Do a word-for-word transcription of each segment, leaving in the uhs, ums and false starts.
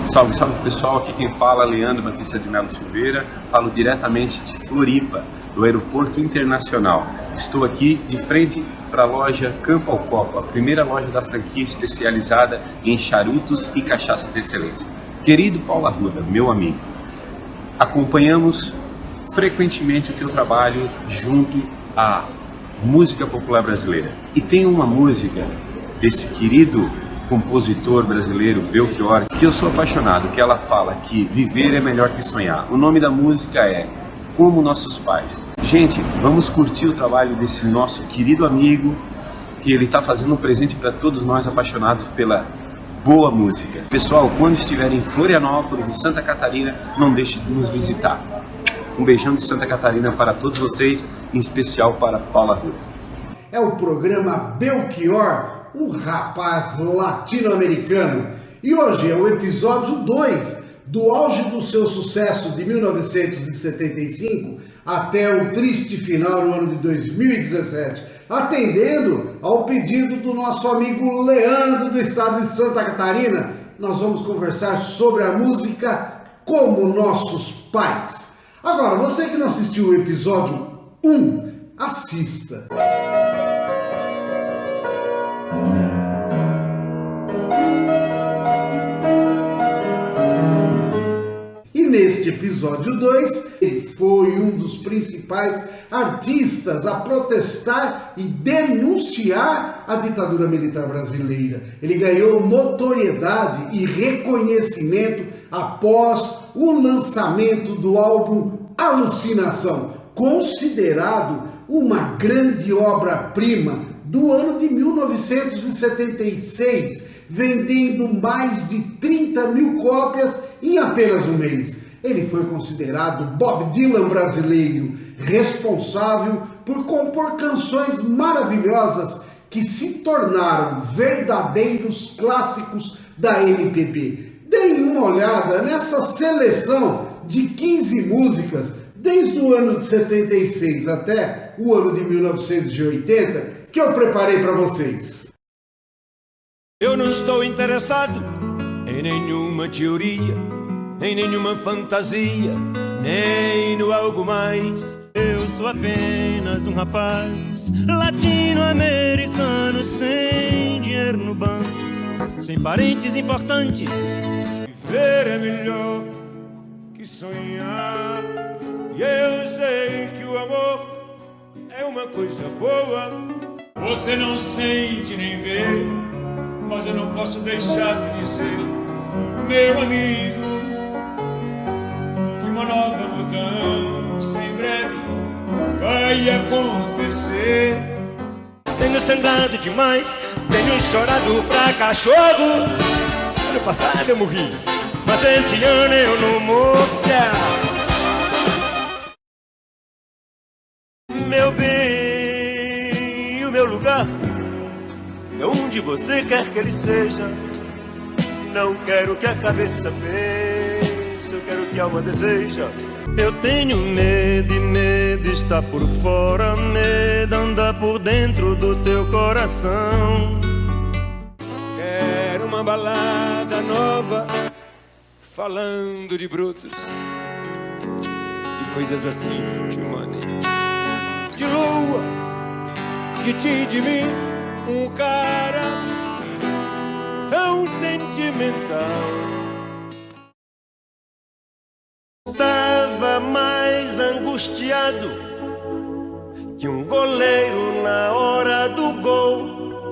Salve, salve pessoal, aqui quem fala é Leandro Batista de Melo Silveira, falo diretamente de Floripa, do Aeroporto Internacional. Estou aqui de frente para a loja Campo ao Copo, a primeira loja da franquia especializada em charutos e cachaças de excelência. Querido Paulo Arruda, meu amigo, acompanhamos frequentemente o teu trabalho junto à música popular brasileira. E tem uma música desse querido compositor brasileiro, Belchior, que eu sou apaixonado, que ela fala que viver é melhor que sonhar. O nome da música é Como Nossos Pais. Gente, vamos curtir o trabalho desse nosso querido amigo, que ele está fazendo um presente para todos nós apaixonados pela boa música. Pessoal, quando estiver em Florianópolis, em Santa Catarina, não deixe de nos visitar. Um beijão de Santa Catarina para todos vocês, em especial para Paulo Arruda. É o programa Belchior, um rapaz latino-americano. E hoje é o episódio dois do auge do seu sucesso de mil novecentos e setenta e cinco até o triste final no ano de dois mil e dezessete, atendendo ao pedido do nosso amigo Leandro do estado de Santa Catarina. Nós vamos conversar sobre a música Como Nossos Pais. Agora, você que não assistiu o episódio um, assista. Neste episódio dois, ele foi um dos principais artistas a protestar e denunciar a ditadura militar brasileira. Ele ganhou notoriedade e reconhecimento após o lançamento do álbum Alucinação, considerado uma grande obra-prima do ano de mil novecentos e setenta e seis, vendendo mais de trinta mil cópias em apenas um mês. Ele foi considerado Bob Dylan brasileiro, responsável por compor canções maravilhosas que se tornaram verdadeiros clássicos da M P B. Deem uma olhada nessa seleção de quinze músicas, desde o ano de setenta e seis até o ano de mil novecentos e oitenta, que eu preparei para vocês. Eu não estou interessado em nenhuma teoria, em nenhuma fantasia, nem no algo mais. Eu sou apenas um rapaz latino-americano sem dinheiro no banco, sem parentes importantes. Viver é melhor que sonhar, e eu sei que o amor é uma coisa boa. Você não sente nem vê, mas eu não posso deixar de dizer, meu amigo, uma nova mudança em breve vai acontecer. Tenho sangrado demais, tenho chorado pra cachorro. Ano passado eu morri, mas esse ano eu não morro. Meu bem, o meu lugar é onde você quer que ele seja. Não quero que a cabeça pense, eu quero que a alma deseja. Eu tenho medo e medo está por fora, medo anda por dentro do teu coração. Quero uma balada nova, falando de brutos, de coisas assim, de money, de lua, de ti e de mim. Um cara tão sentimental. Estava mais angustiado que um goleiro na hora do gol.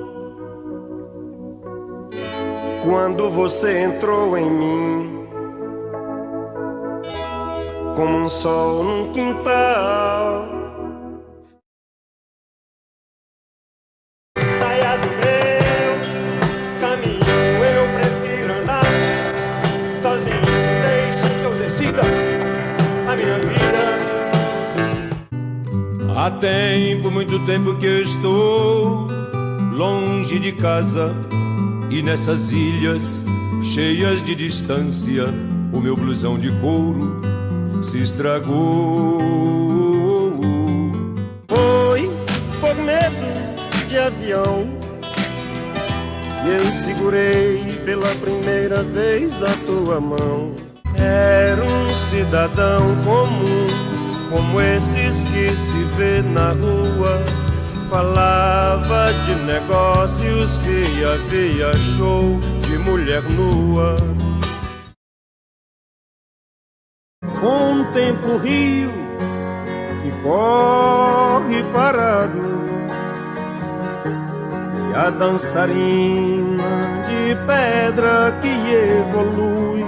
Quando você entrou em mim, como um sol num quintal. Saia do meu caminho, eu prefiro andar sozinho. Deixa que eu decida a minha vida. Há tempo, muito tempo que eu estou longe de casa, e nessas ilhas cheias de distância o meu blusão de couro se estragou. Foi por medo de avião e eu segurei pela primeira primeira vez a tua mão. Era um cidadão comum, como esses que se vê na rua. Falava de negócios, via, via show de mulher nua. Com o tempo rio que corre parado, e a dançarina de pedra que evolui.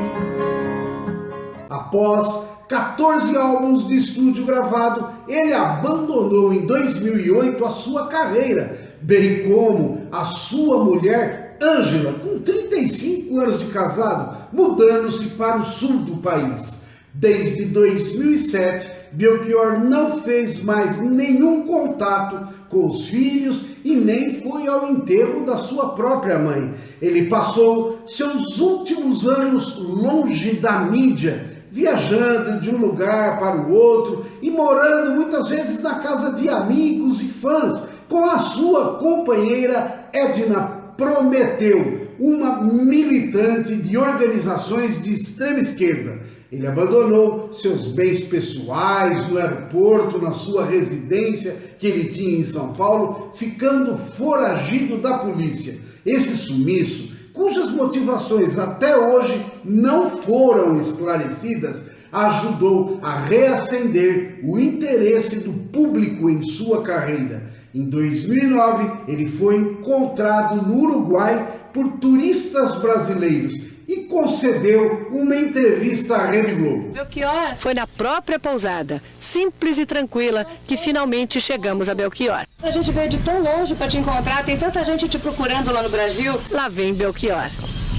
Após quatorze álbuns de estúdio gravado, ele abandonou em dois mil e oito a sua carreira, bem como a sua mulher Ângela, com trinta e cinco anos de casado, mudando-se para o sul do país. Desde dois mil e sete, Belchior não fez mais nenhum contato com os filhos e nem foi ao enterro da sua própria mãe. Ele passou seus últimos anos longe da mídia, viajando de um lugar para o outro e morando muitas vezes na casa de amigos e fãs, com a sua companheira Edna Prometeu, uma militante de organizações de extrema esquerda. Ele abandonou seus bens pessoais no aeroporto, na sua residência que ele tinha em São Paulo, ficando foragido da polícia. Esse sumiço, cujas motivações até hoje não foram esclarecidas, ajudou a reacender o interesse do público em sua carreira. Em dois mil e nove, ele foi encontrado no Uruguai por turistas brasileiros e concedeu uma entrevista à Rede Globo. Belchior, foi na própria pousada, simples e tranquila, que finalmente chegamos a Belchior. A gente veio de tão longe para te encontrar, tem tanta gente te procurando lá no Brasil. Lá vem Belchior.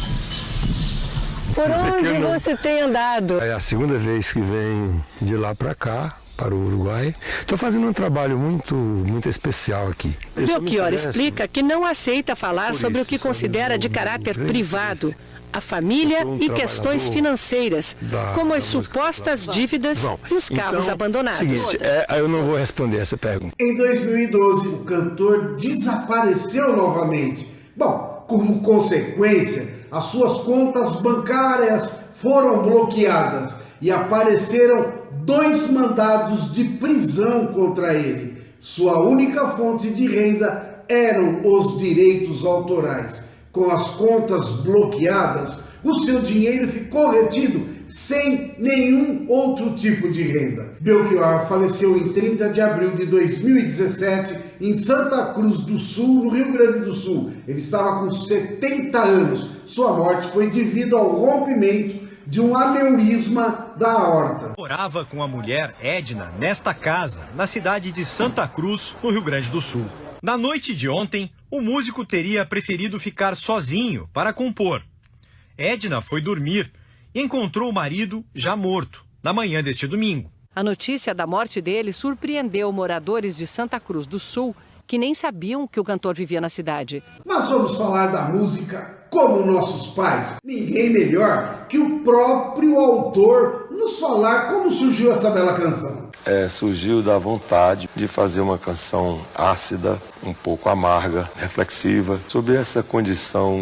Por onde você tem andado? É a segunda vez que venho de lá para cá, para o Uruguai. Estou fazendo um trabalho muito, muito especial aqui. Belchior explica que não aceita falar sobre o que considera de caráter privado, a família e questões financeiras, como as supostas dívidas e os carros então, abandonados. Seguinte, é, eu não vou responder essa pergunta. Em dois mil e doze, o cantor desapareceu novamente. Bom, como consequência, as suas contas bancárias foram bloqueadas e apareceram dois mandados de prisão contra ele. Sua única fonte de renda eram os direitos autorais. Com as contas bloqueadas, o seu dinheiro ficou retido sem nenhum outro tipo de renda. Belchior faleceu em trinta de abril de dois mil e dezessete em Santa Cruz do Sul, no Rio Grande do Sul. Ele estava com setenta anos. Sua morte foi devido ao rompimento de um aneurisma da aorta. Morava com a mulher Edna nesta casa, na cidade de Santa Cruz, no Rio Grande do Sul. Na noite de ontem, o músico teria preferido ficar sozinho para compor. Edna foi dormir e encontrou o marido já morto, na manhã deste domingo. A notícia da morte dele surpreendeu moradores de Santa Cruz do Sul, que nem sabiam que o cantor vivia na cidade. Mas vamos falar da música como nossos pais. Ninguém melhor que o próprio autor nos falar como surgiu essa bela canção. É, surgiu da vontade de fazer uma canção ácida, um pouco amarga, reflexiva, sobre essa condição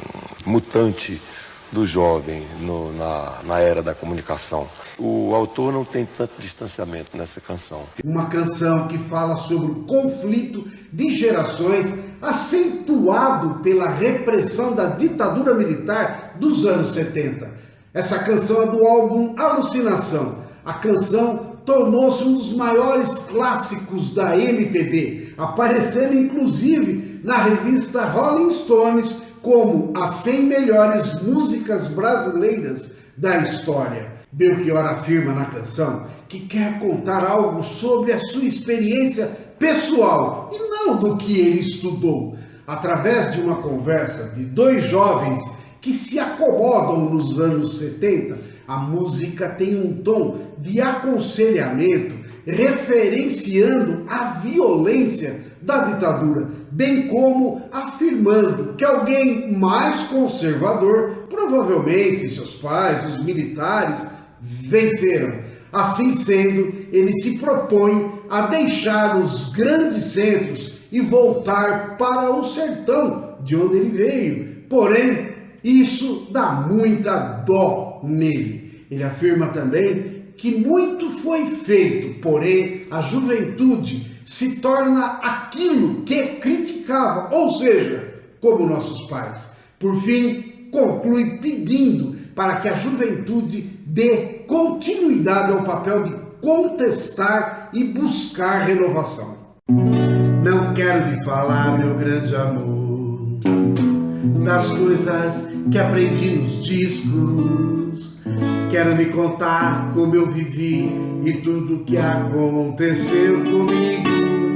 mutante do jovem no, na, na era da comunicação. O autor não tem tanto distanciamento nessa canção. Uma canção que fala sobre o conflito de gerações acentuado pela repressão da ditadura militar dos anos setenta. Essa canção é do álbum Alucinação. A canção tornou-se um dos maiores clássicos da M P B, aparecendo inclusive na revista Rolling Stones como as cem melhores músicas brasileiras da história. Belchior afirma na canção que quer contar algo sobre a sua experiência pessoal e não do que ele estudou. Através de uma conversa de dois jovens que se acomodam nos anos setenta, a música tem um tom de aconselhamento, referenciando a violência da ditadura, bem como afirmando que alguém mais conservador, provavelmente seus pais, os militares, venceram. Assim sendo, ele se propõe a deixar os grandes centros e voltar para o sertão de onde ele veio, porém Isso dá muita dó nele. Ele afirma também que muito foi feito, porém a juventude se torna aquilo que criticava, ou seja, como nossos pais. Por fim, conclui pedindo para que a juventude dê continuidade ao papel de contestar e buscar renovação. Não quero lhe falar, meu grande amor, das coisas que aprendi nos discos. Quero lhe contar como eu vivi e tudo que aconteceu comigo.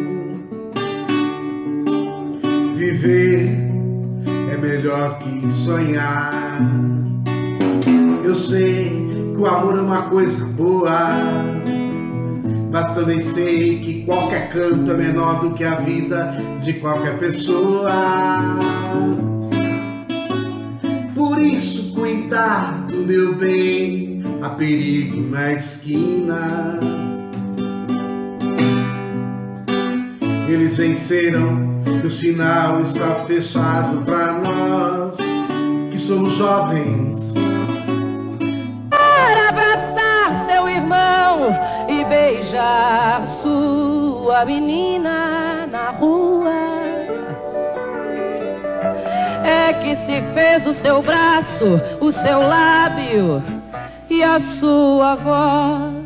Viver é melhor que sonhar. Eu sei que o amor é uma coisa boa, mas também sei que qualquer canto é menor do que a vida de qualquer pessoa. Por isso, cuidado, meu bem, há perigo na esquina. Eles venceram e o sinal está fechado para nós que somos jovens. Para abraçar seu irmão e beijar sua menina na rua, é que se fez o seu braço, o seu lábio e a sua voz.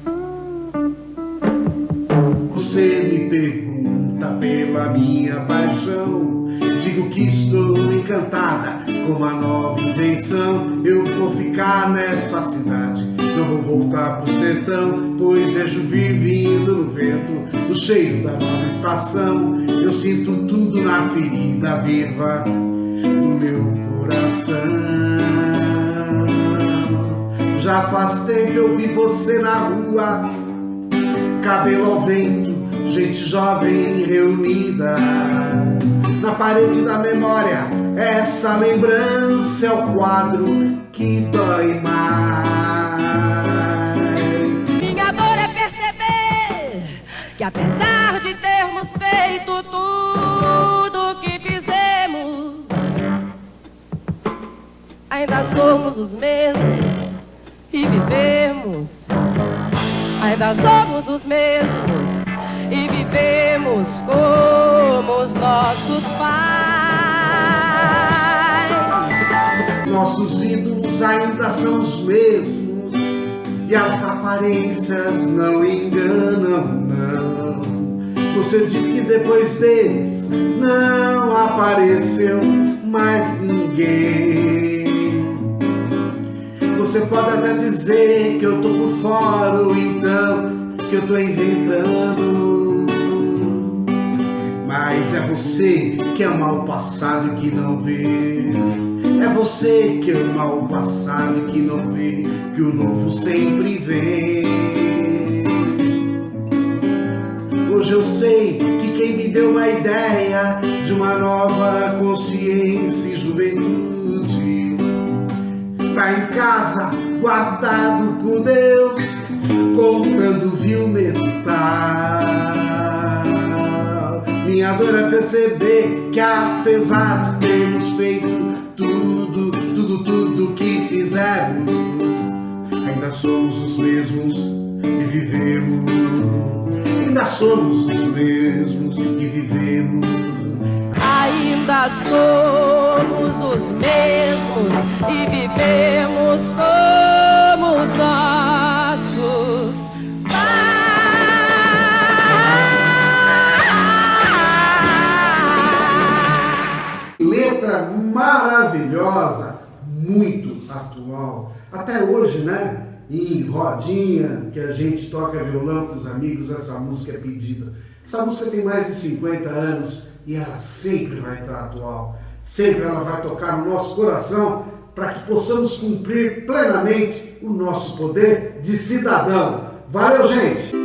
Você me pergunta pela minha paixão, digo que estou encantada com uma nova invenção. Eu vou ficar nessa cidade, não vou voltar pro sertão, pois vejo vir vindo no vento o cheiro da nova estação. Eu sinto tudo na ferida viva do meu coração. Já faz tempo eu vi você na rua, cabelo ao vento, gente jovem reunida. Na parede da memória, essa lembrança é o quadro que dói mais. Minha dor é perceber que apesar de termos feito tudo que fizemos, ainda somos os mesmos e vivemos. Ainda somos os mesmos e vivemos como os nossos pais. Nossos ídolos ainda são os mesmos e as aparências não enganam, não. Você diz que depois deles não apareceu mais ninguém. Você pode até dizer que eu tô por fora ou então que eu tô inventando, mas é você que ama o passado e que não vê. É você que ama o passado e que não vê que o novo sempre vem. Hoje eu sei que quem me deu uma ideia de uma nova consciência e juventude tá em casa, guardado por Deus, contando vil metal. Minha dor é perceber que apesar de termos feito tudo, tudo, tudo que fizemos, ainda somos os mesmos e vivemos. Ainda somos os mesmos e vivemos. Ainda somos os mesmos e vivemos como os nossos pais. Letra maravilhosa, muito atual. Até hoje, né? Em rodinha, que a gente toca violão com os amigos, essa música é pedida. Essa música tem mais de cinquenta anos e ela sempre vai estar atual. Sempre ela vai tocar no nosso coração para que possamos cumprir plenamente o nosso poder de cidadão. Valeu, gente!